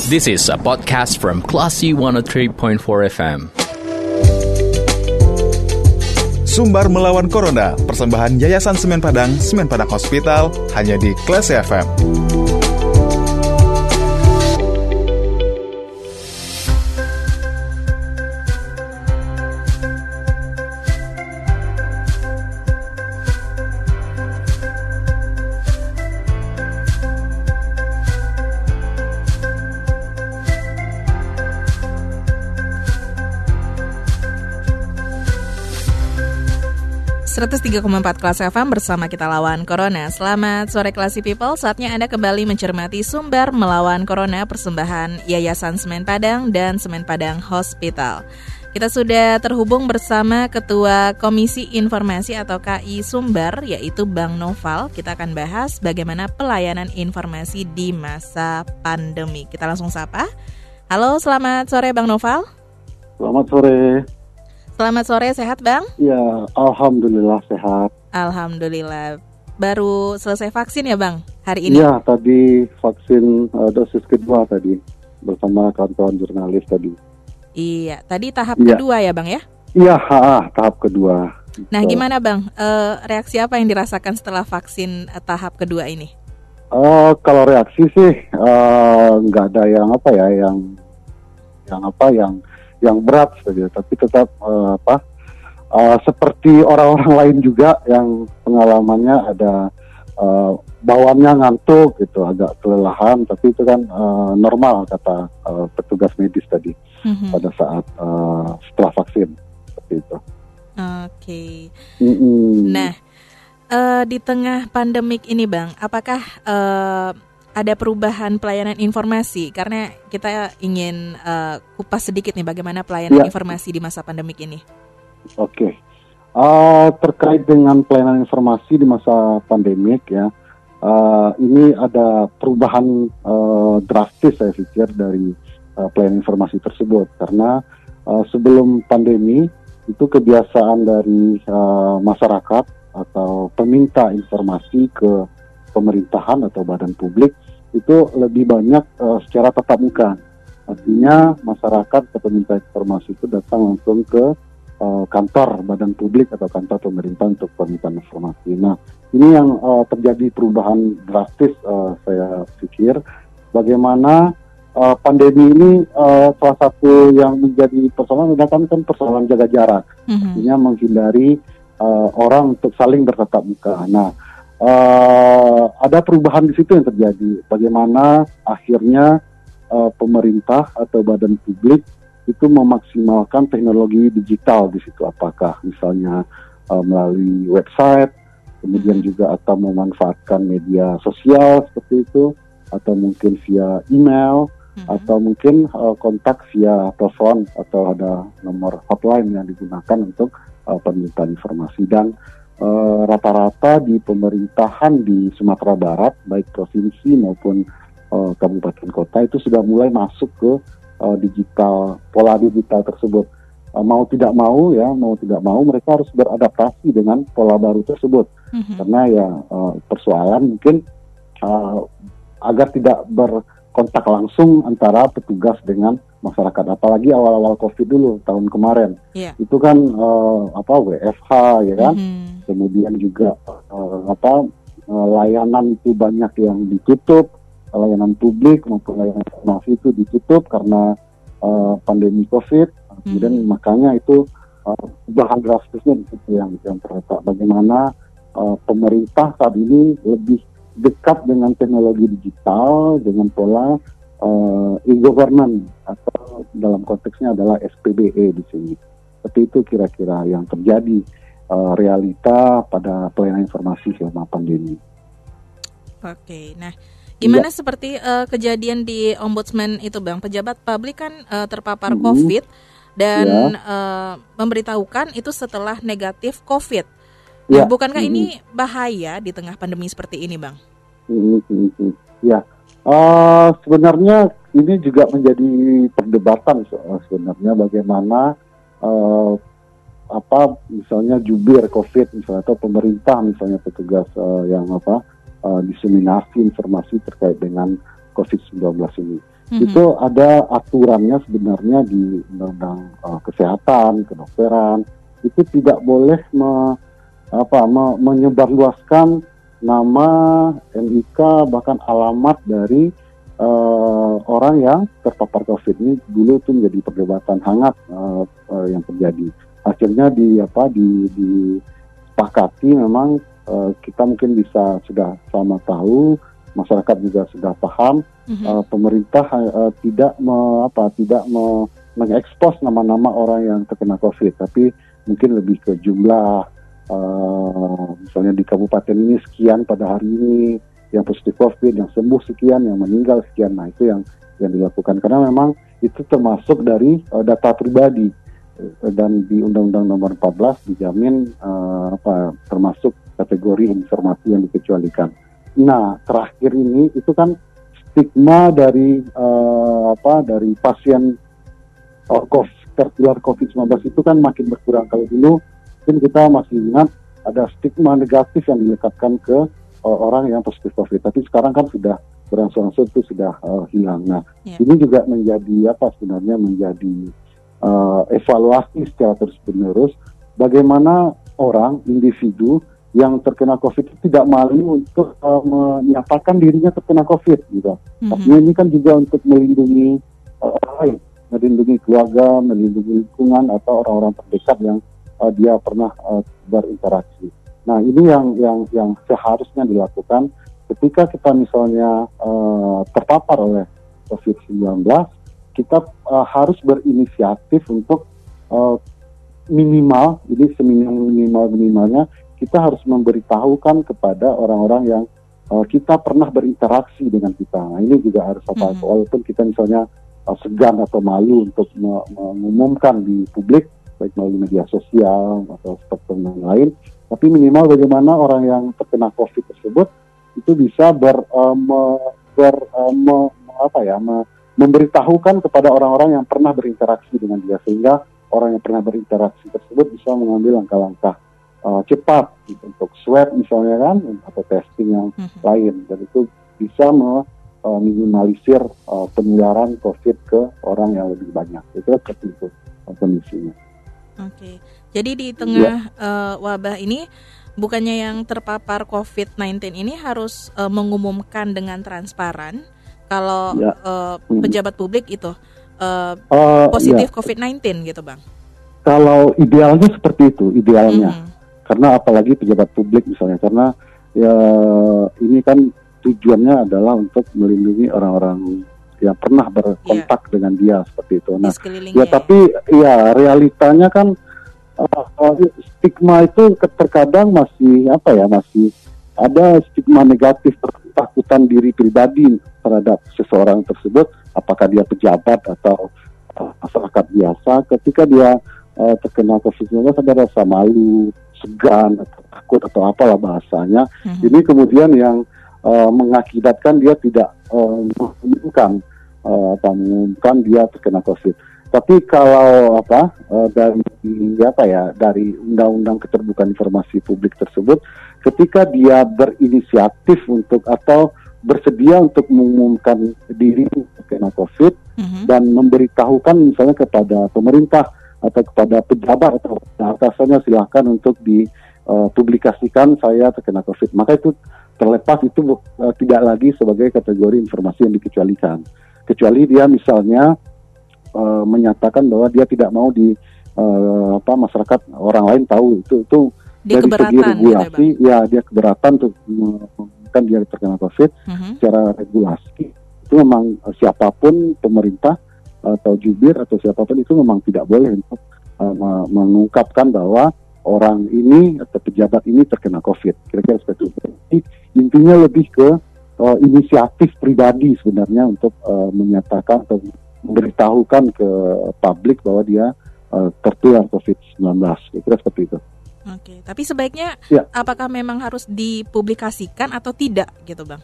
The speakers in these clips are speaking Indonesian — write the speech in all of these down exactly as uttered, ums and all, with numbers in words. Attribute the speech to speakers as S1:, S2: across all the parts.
S1: This is a podcast from Classy one oh three point four F M.
S2: Sumbar melawan Corona, persembahan Yayasan Semen Padang, Semen Padang Hospital, hanya di Classy F M.
S3: seratus tiga koma empat Kelas F M bersama kita lawan Corona. Selamat sore Classy People, saatnya Anda kembali mencermati Sumbar melawan Corona, persembahan Yayasan Semen Padang dan Semen Padang Hospital. Kita sudah terhubung bersama Ketua Komisi Informasi atau K I Sumbar, yaitu Bang Noval. Kita akan bahas bagaimana pelayanan informasi di masa pandemi. Kita langsung sapa. Halo, selamat sore Bang Noval.
S4: Selamat sore.
S3: Selamat sore, sehat Bang?
S4: Ya, alhamdulillah sehat.
S3: Alhamdulillah. Baru selesai vaksin ya Bang hari ini?
S4: Iya, tadi vaksin uh, dosis kedua tadi bersama kawan-kawan jurnalis tadi.
S3: Iya, tadi tahap
S4: ya.
S3: kedua ya Bang ya?
S4: Iya, ha, tahap kedua.
S3: Nah, so, gimana Bang? Uh, reaksi apa yang dirasakan setelah vaksin uh, tahap kedua ini?
S4: Uh, kalau reaksi sih nggak uh, ada yang apa ya, yang yang apa yang yang berat saja, tapi tetap uh, apa uh, seperti orang-orang lain juga yang pengalamannya ada uh, bawaannya ngantuk gitu, agak kelelahan, tapi itu kan uh, normal kata uh, petugas medis tadi mm-hmm. pada saat uh, setelah vaksin seperti itu.
S3: Oke. Okay.
S4: Mm-hmm.
S3: Nah, uh, di tengah pandemik ini Bang, apakah uh, ada perubahan pelayanan informasi? Karena kita ingin uh, kupas sedikit nih bagaimana pelayanan ya. informasi di masa pandemik ini.
S4: Oke, okay. uh, terkait dengan pelayanan informasi di masa pandemik ya, uh, ini ada perubahan uh, drastis saya pikir dari uh, pelayanan informasi tersebut. Karena uh, sebelum pandemi itu kebiasaan dari uh, masyarakat atau peminta informasi ke pemerintahan atau badan publik itu lebih banyak uh, secara tatap muka. Artinya masyarakat atau peminta informasi itu datang langsung ke uh, kantor badan publik atau kantor pemerintah untuk permintaan informasi. Nah, ini yang uh, terjadi perubahan drastis uh, saya pikir. Bagaimana uh, pandemi ini uh, salah satu yang menjadi persoalan adalah kan, kan persoalan jaga jarak. Mm-hmm. Artinya menghindari uh, orang untuk saling bertatap muka. Nah, Uh, ada perubahan di situ yang terjadi. Bagaimana akhirnya uh, pemerintah atau badan publik itu memaksimalkan teknologi digital di situ. Apakah misalnya uh, melalui website, kemudian mm-hmm. juga atau memanfaatkan media sosial seperti itu, atau mungkin via email, mm-hmm. atau mungkin uh, kontak via telepon atau ada nomor hotline yang digunakan untuk uh, permintaan informasi. Dan Uh, rata-rata di pemerintahan di Sumatera Barat, baik provinsi maupun uh, kabupaten kota itu sudah mulai masuk ke uh, digital, pola digital tersebut. Uh, mau tidak mau ya, mau tidak mau mereka harus beradaptasi dengan pola baru tersebut. Mm-hmm. Karena ya uh, persoalan mungkin uh, agar tidak berkontak langsung antara petugas dengan masyarakat, apalagi awal-awal COVID dulu tahun kemarin, yeah. itu kan uh, apa W F H ya kan, mm-hmm. kemudian juga uh, apa uh, layanan itu banyak yang ditutup, layanan publik maupun layanan informasi itu ditutup karena uh, pandemi COVID, mm-hmm. kemudian makanya itu uh, bahan drastisnya itu yang yang terletak. Bagaimana uh, pemerintah saat ini lebih dekat dengan teknologi digital dengan pola Uh, e-government atau dalam konteksnya adalah S P B E di sini. Seperti itu kira-kira yang terjadi uh, realita pada pelayanan informasi selama pandemi.
S3: Oke, nah gimana
S4: ya.
S3: seperti uh, kejadian di Ombudsman itu Bang? Pejabat publik kan uh, terpapar mm-hmm. COVID dan ya. uh, memberitahukan itu setelah negatif COVID. Nah, ya. bukankah mm-hmm. ini bahaya di tengah pandemi seperti ini Bang?
S4: Mm-hmm. Ya. Uh, sebenarnya ini juga menjadi perdebatan sebenarnya bagaimana uh, apa misalnya jubir COVID misalnya atau pemerintah misalnya petugas uh, yang apa uh, diseminasi informasi terkait dengan covid sembilan belas ini.
S3: Mhm.
S4: Itu ada aturannya sebenarnya di undang-undang uh, kesehatan, kedokteran. Itu tidak boleh me, apa, me, menyebarluaskan nama, N I K, bahkan alamat dari uh, orang yang terpapar COVID. Ini dulu itu menjadi perdebatan hangat uh, uh, yang terjadi. Akhirnya di apa di disepakati memang uh, kita mungkin bisa sudah sama tahu, masyarakat juga sudah paham. Mm-hmm. Uh, pemerintah uh, tidak me, apa tidak me, mengekspos nama-nama orang yang terkena COVID, tapi mungkin lebih ke jumlah, uh, misalnya di kabupaten ini sekian pada hari ini yang positif COVID, yang sembuh sekian, yang meninggal sekian. Nah itu yang yang dilakukan karena memang itu termasuk dari uh, data pribadi uh, dan di Undang-Undang Nomor empat belas dijamin uh, apa termasuk kategori informasi yang dikecualikan. Nah terakhir ini itu kan stigma dari uh, apa dari pasien uh, tertular covid sembilan belas itu kan makin berkurang. Kalau dulu mungkin kita masih ingat ada stigma negatif yang dilekatkan ke uh, orang yang positif COVID, tapi sekarang kan sudah berangsur-angsur itu sudah uh, hilang. Nah yeah. Ini juga menjadi apa sebenarnya menjadi uh, evaluasi secara terus-menerus bagaimana orang individu yang terkena COVID itu tidak malu untuk uh, menyatakan dirinya terkena COVID gitu. Mm-hmm. Artinya ini kan juga untuk melindungi uh, orang lain, melindungi keluarga, melindungi lingkungan atau orang-orang terdekat yang uh, dia pernah uh, berinteraksi. Nah ini yang yang yang seharusnya dilakukan ketika kita misalnya uh, terpapar oleh covid sembilan belas, kita uh, harus berinisiatif untuk uh, minimal, ini seminimal minimal minimalnya kita harus memberitahukan kepada orang-orang yang uh, kita pernah berinteraksi dengan kita. Nah ini juga harus apa, mm-hmm. walaupun kita misalnya uh, segan atau malu untuk me- mengumumkan di publik, baik melalui media sosial atau seperti yang lain, tapi minimal bagaimana orang yang terkena COVID tersebut itu bisa ber, uh, me, ber uh, me, apa ya, me, memberitahukan kepada orang-orang yang pernah berinteraksi dengan dia, sehingga orang yang pernah berinteraksi tersebut bisa mengambil langkah-langkah Uh, cepat gitu, untuk swab misalnya kan atau testing yang mm-hmm. lain, dan itu bisa meminimalisir uh, uh, penularan COVID ke orang yang lebih banyak. Itu seperti itu uh, kondisinya.
S3: Oke, okay. Jadi di tengah ya. uh, wabah ini bukannya yang terpapar covid sembilan belas ini harus uh, mengumumkan dengan transparan kalau ya. uh, mm-hmm. pejabat publik itu uh, uh, positif ya. covid sembilan belas gitu Bang?
S4: Kalau idealnya seperti itu, idealnya. Mm-hmm. Karena apalagi pejabat publik misalnya, karena ya ini kan tujuannya adalah untuk melindungi orang-orang yang pernah berkontak yeah. dengan dia seperti itu. Nah, ya tapi ya realitanya kan uh, stigma itu terkadang masih apa ya masih ada stigma negatif, ketakutan diri pribadi terhadap seseorang tersebut, apakah dia pejabat atau uh, masyarakat biasa. Ketika dia uh, terkena covid sembilan belas ada rasa malu, segan atau takut atau apalah bahasanya. Mm-hmm. Ini kemudian yang uh, mengakibatkan dia tidak uh, mengumumkan uh, apa mengumumkan dia terkena COVID. Tapi kalau apa uh, dari apa ya dari undang-undang keterbukaan informasi publik tersebut, ketika dia berinisiatif untuk atau bersedia untuk mengumumkan diri terkena COVID mm-hmm. dan memberitahukan misalnya kepada pemerintah atau kepada pejabat atau atasannya, silakan untuk dipublikasikan uh, saya terkena COVID. Maka itu terlepas, itu uh, tidak lagi sebagai kategori informasi yang dikecualikan. Kecuali dia misalnya uh, menyatakan bahwa dia tidak mau di uh, apa masyarakat orang lain tahu, itu itu
S3: dia dari segi
S4: regulasi gitu ya, ya dia keberatan untuk kan dia terkena COVID uh-huh. secara regulasi. Itu memang uh, siapapun pemerintah atau jubir atau siapapun itu memang tidak boleh untuk uh, mengungkapkan bahwa orang ini atau pejabat ini terkena COVID. Kira-kira seperti itu. Jadi, intinya lebih ke uh, inisiatif pribadi sebenarnya untuk uh, menyatakan atau memberitahukan ke publik bahwa dia uh, tertular covid sembilan belas. Kira-kira seperti itu.
S3: Oke, tapi sebaiknya
S4: ya.
S3: Apakah memang harus dipublikasikan atau tidak gitu Bang?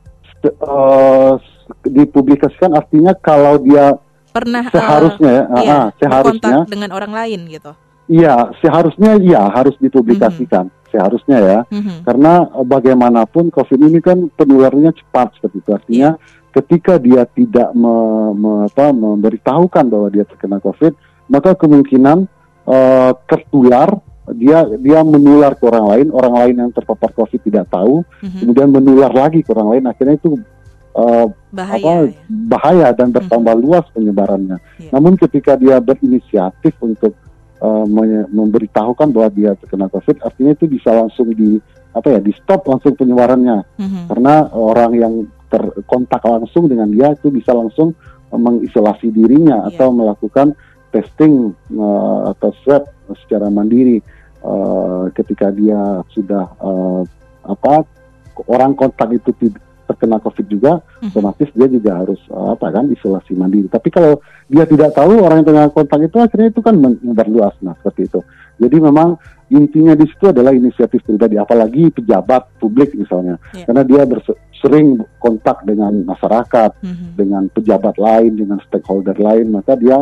S4: Uh, dipublikasikan artinya kalau dia
S3: pernah
S4: seharusnya uh,
S3: iya,
S4: uh, seharusnya
S3: dengan orang lain gitu.
S4: Iya, seharusnya iya harus dipublikasikan. Mm-hmm. Seharusnya ya. Mm-hmm. Karena uh, bagaimanapun COVID ini kan penularannya cepat seperti itu. Artinya yeah. ketika dia tidak me, me, apa, memberitahukan bahwa dia terkena COVID, maka kemungkinan uh, tertular, dia dia menular ke orang lain, orang lain yang terpapar COVID tidak tahu, mm-hmm. kemudian menular lagi ke orang lain, akhirnya itu uh, bahaya, apa, ya? bahaya dan bertambah mm-hmm. luas penyebarannya. Yeah. Namun ketika dia berinisiatif untuk uh, memberitahukan bahwa dia terkena COVID, artinya itu bisa langsung di apa ya, di stop langsung penyebarannya, mm-hmm. karena orang yang terkontak langsung dengan dia itu bisa langsung uh, mengisolasi dirinya yeah. atau melakukan testing uh, atau swab secara mandiri uh, ketika dia sudah uh, apa orang kontak itu tidak terkena COVID juga, mm-hmm. otomatis dia juga harus uh, apa kan isolasi mandiri. Tapi kalau dia tidak tahu orang yang terkena kontak itu, akhirnya itu kan menyebar luas. Nah seperti itu. Jadi memang intinya di situ adalah inisiatif pribadi, apalagi pejabat publik misalnya, yeah. karena dia berse- sering kontak dengan masyarakat, mm-hmm. dengan pejabat lain, dengan stakeholder lain, maka dia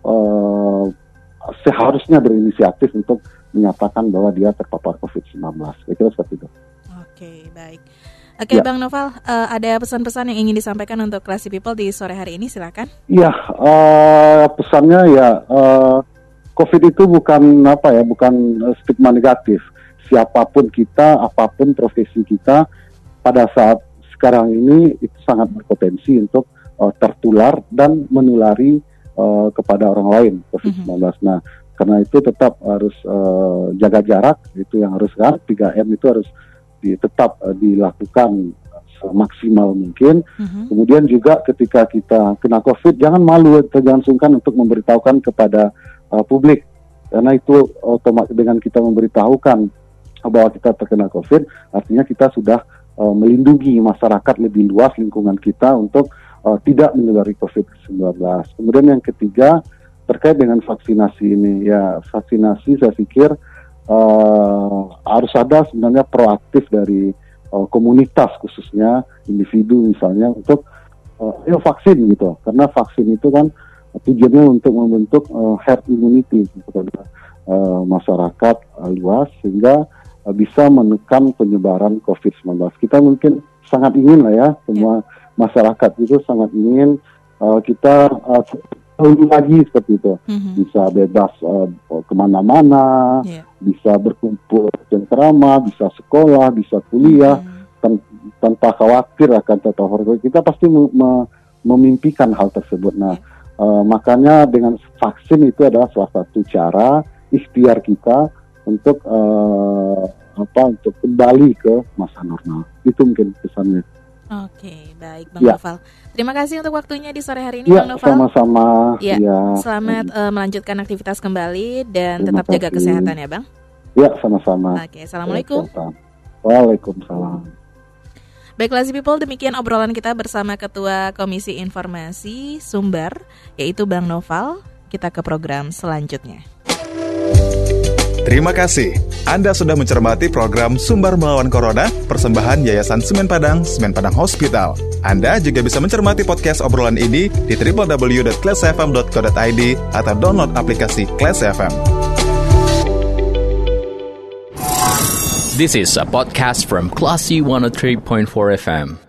S4: uh, seharusnya berinisiatif untuk menyatakan bahwa dia terpapar covid sembilan belas. Kira-kira seperti itu.
S3: Oke, baik. Oke,
S4: ya.
S3: Bang Noval, uh, ada pesan-pesan yang ingin disampaikan untuk Classy People di sore hari ini, silakan.
S4: Iya, uh, pesannya ya, uh, COVID itu bukan apa ya, bukan stigma negatif. Siapapun kita, apapun profesi kita, pada saat sekarang ini itu sangat berpotensi untuk uh, tertular dan menulari uh, kepada orang lain covid sembilan belas. Mm-hmm. Nah, karena itu tetap harus uh, jaga jarak, itu yang harus kan, tiga M itu harus di, tetap uh, dilakukan semaksimal mungkin. Mm-hmm. Kemudian juga ketika kita kena COVID, jangan malu atau jangan sungkan untuk memberitahukan kepada uh, publik, karena itu otomatis dengan kita memberitahukan bahwa kita terkena COVID, artinya kita sudah uh, melindungi masyarakat lebih luas, lingkungan kita untuk uh, tidak menulari covid sembilan belas. Kemudian yang ketiga, terkait dengan vaksinasi ini, ya vaksinasi saya pikir uh, harus ada sebenarnya proaktif dari uh, komunitas, khususnya individu misalnya, untuk uh, ayo vaksin gitu, karena vaksin itu kan tujuannya untuk membentuk uh, herd immunity kepada uh, masyarakat uh, luas, sehingga uh, bisa menekan penyebaran covid sembilan belas. Kita mungkin sangat ingin lah ya, semua yeah. masyarakat itu sangat ingin uh, kita uh, lebih lagi seperti itu, mm-hmm. bisa bebas uh, kemana-mana, yeah. bisa berkumpul cengkrama, bisa sekolah, bisa kuliah, mm-hmm. tan- tanpa khawatir akan tertular. Kita pasti me- me- memimpikan hal tersebut. Nah, yeah. uh, makanya dengan vaksin itu adalah salah satu cara ikhtiar kita untuk uh, apa untuk kembali ke masa normal. Itu mungkin pesannya.
S3: Oke, baik Bang ya. Noval. Terima kasih untuk waktunya di sore hari ini,
S4: ya,
S3: Bang Noval.
S4: Sama-sama.
S3: Ya,
S4: ya.
S3: Selamat uh, melanjutkan aktivitas kembali dan Terima tetap kasih. Jaga kesehatan ya, Bang.
S4: Ya, sama-sama.
S3: Oke, Assalamualaikum.
S4: Ya, Waalaikumsalam.
S3: Baik, Classy People, demikian obrolan kita bersama Ketua Komisi Informasi Sumber, yaitu Bang Noval. Kita ke program selanjutnya.
S2: Terima kasih. Anda sudah mencermati program Sumber Melawan Corona, persembahan Yayasan Semen Padang, Semen Padang Hospital. Anda juga bisa mencermati podcast obrolan ini di w w w dot classy f m dot co dot i d atau download aplikasi Classy F M.
S1: This is a podcast from Classy one oh three point four F M.